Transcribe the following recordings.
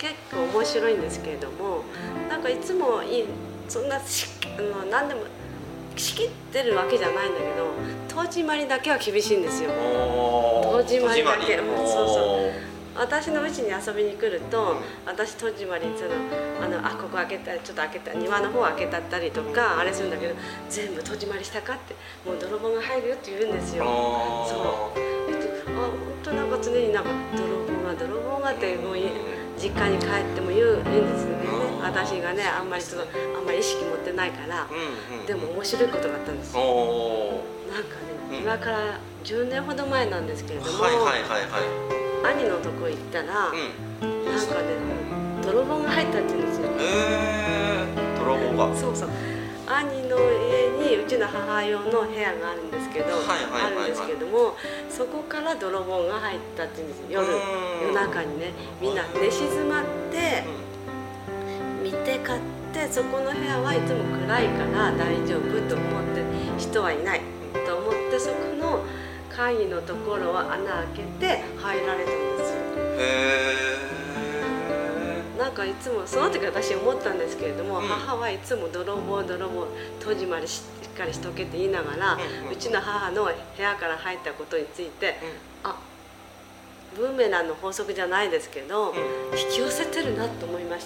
結構面白いんですけれども、なんかいつもそんな何でも仕切ってるわけじゃないんだけど、戸締まりだけは厳しいんですよ。戸締まりだけ、そうそう。私の家に遊びに来ると、私戸締まりするここ開けたりちょっと開けた庭の方開けたったりとかあれするんだけど、全部戸締まりしたかって、もう泥棒が入るよって言うんですよ。そう本当なんか常になんか泥棒がってもう実家に帰っても言うんですよね。私がねあんまり意識持ってないから、でも面白いことがあったんですよ。なんかね、今から10年ほど前なんですけれども、兄のとこ行ったら、なんかね泥棒が入ったって言うんですよ。 泥棒が？ そうそう。兄の家にうちの母用の部屋があるんですけど、あるんですけども、そこから泥棒が入ったって言うんですよ。夜中にね、みんな寝静まって見て買って、そこの部屋はいつも暗いから大丈夫と思って、人はいないと思って、そこの階のところは穴開けて入られたんですよ。なんかいつもその時私思ったんですけれども、母はいつも泥棒戸締まりしっかりしとけって言いながら、うちの母の部屋から入ったことについて、ブーメランの法則じゃないですけど、引き寄せてるなと思いました。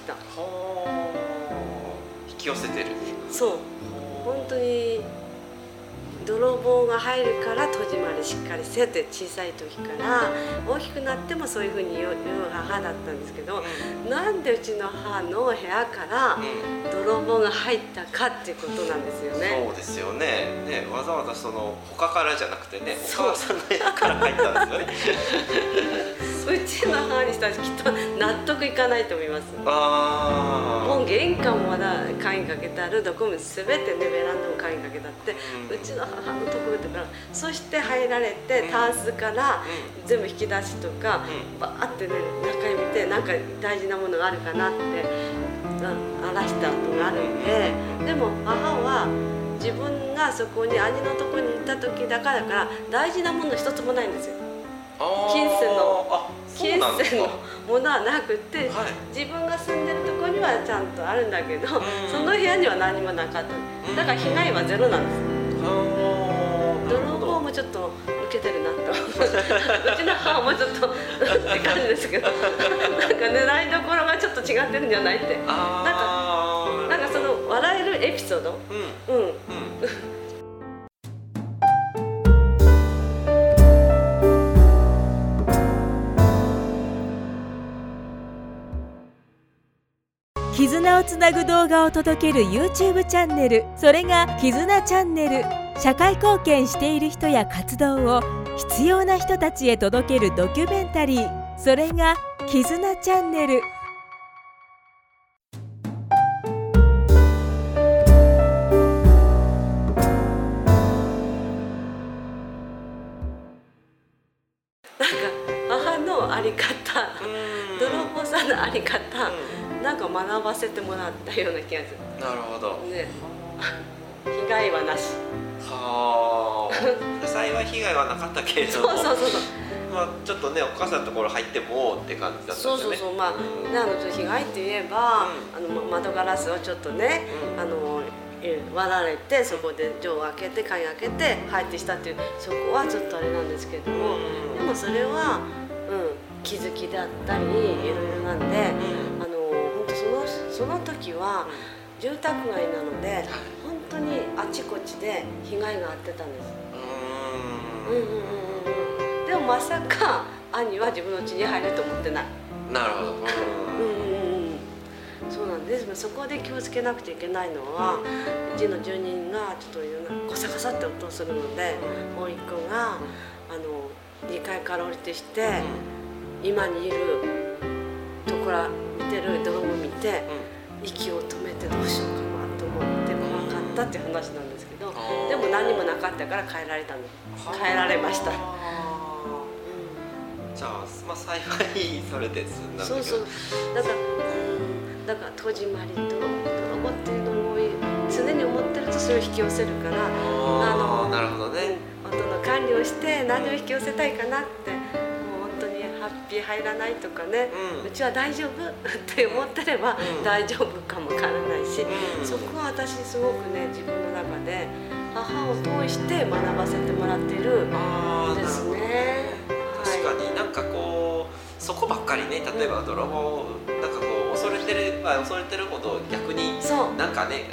引き寄せてる。 そう、本当に泥棒が入るから戸締まりしっかりせって小さい時から、大きくなってもそういうふうに言う母だったんですけど、なんでうちの母の部屋から泥棒が入ったかっていうことなんですよね。 そうですよね。わざわざ他からじゃなくてね、お母さんの部屋から入ったんですよね。 うちの母にしたらきっと納得いかないと思います。もう玄関もまだ鍵かけてある、どこも全てね、ベランダも鍵かけてあって、うちの母のところから、そして入られてタンスから全部引き出しとかバーってね、中に見てなんか大事なものがあるかなって荒らしたことがあるんで、でも母は自分がそこに兄のところに行った時だから大事なもの一つもないんですよ。金銭のものはなくて、自分が住んでるところにはちゃんとあるんだけど、その部屋には何もなかった。だから被害はゼロなんです。泥棒もちょっと受けてるなとうちの母もちょっとって感じですけど、なんか狙いどころがちょっと違ってるんじゃないって、なんかその笑えるエピソード、 絆をつなぐ動画を届ける YouTube チャンネル、それが絆チャンネル。社会貢献している人や活動を必要な人たちへ届けるドキュメンタリー、それが絆チャンネル。 なんか母の在り方、泥棒さんの在り方、なんか学ばせてもらったような気がする。 なるほど。 ね、被害はなし。 幸い被害はなかったけれども、ちょっとね、お母さんのところ入ってもって感じだったんですよね。 そう被害って言えば、窓ガラスをちょっとね、割られて、そこで錠を開けて鍵開けて入ってきたっていう、そこはちょっとあれなんですけれども、でもそれは、気づきであったりいろいろなんで、本当その時は住宅街なので、本当にあちこちで被害があってたんです。でもまさか兄は自分の家に入ると思ってない。 なるほど。 そうなんです。そこで気をつけなくちゃいけないのは、うちの住人がちょっとコサコサって音をするので、もう一個が2階から降りてきて、今にいるところ見てる泥棒を見て、息を止めてどうしようかなと思って怖かったっていう話なんですけど、でも何もなかったから帰られました。 じゃあ、幸いそれで済んだんだけど。 そうだから戸締まりと泥棒っていうのも常に思ってると、それを引き寄せるから、 なるほどね。 音の管理をして何を引き寄せたいかなって、もう本当にハッピー入らないとかね、うちは大丈夫って思ってれば大丈夫かもわからないし、そこは私すごくね自分の中で母を通して学ばせてもらってるんですね。 確かになんかこうそこばっかりね、例えば泥棒なんかこう恐れてるほど逆になんかね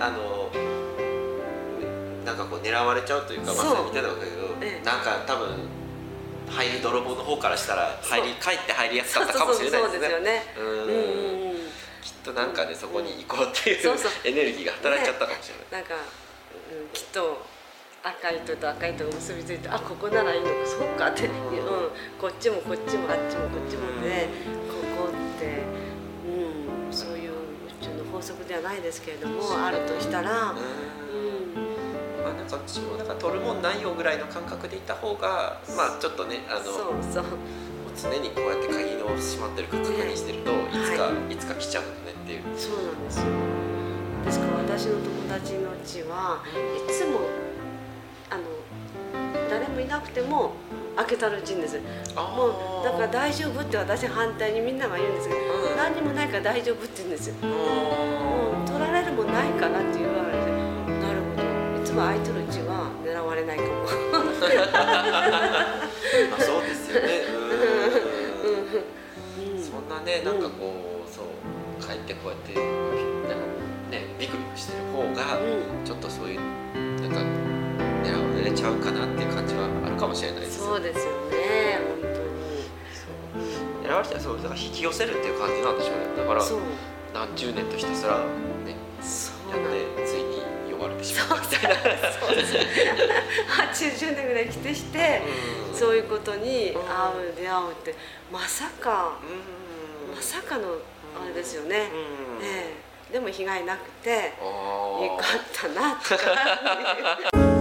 なんかこう狙われちゃうというか、まさに見てたわけだけど、なんか多分入る泥棒の方からしたらかえって入りやすかったかもしれないですね。そうですよね。きっとなんかねそこに行こうっていうエネルギーが働いちゃったかもしれない。 なんかきっと赤い糸と赤い糸が結びついて、あ、ここならいいのか、そうかって、こっちもこっちもあっちもこっちもね、ここって、そういう宇宙の法則ではないですけれども、あるとしたら、 まあなんか私もなんか取るもんないよぐらいの感覚でいた方が、まあちょっとね常にこうやって鍵の閉まってるか確認してると、いつか来ちゃうのねっていう。 そうなんですよ。ですから私の友達のうちはいつも誰もいなくても開けたらうちんです。もうだから大丈夫って私反対にみんなが言うんですけど、何にもないから大丈夫って言うんですよ。取られるもんないかなって言われて、なるほど、いつも開いとるうちは狙われないかも。 そうですよね。そんなね、なんかこう帰ってこうやってなんかねビクビクしてる方がちょっとそういうなんか狙われちゃうかなっていう感じはあるかもしれないです。 そうですよね、本当に。 狙われちゃう、そうだから引き寄せるっていう感じなんでしょうね。だから何十年とひたすらねやってついに呼ばれてしまったみたいな。 そうですね。80年ぐらい来てしてそういうことに出会うってまさかのあれですよね。でも被害なくてよかったなって。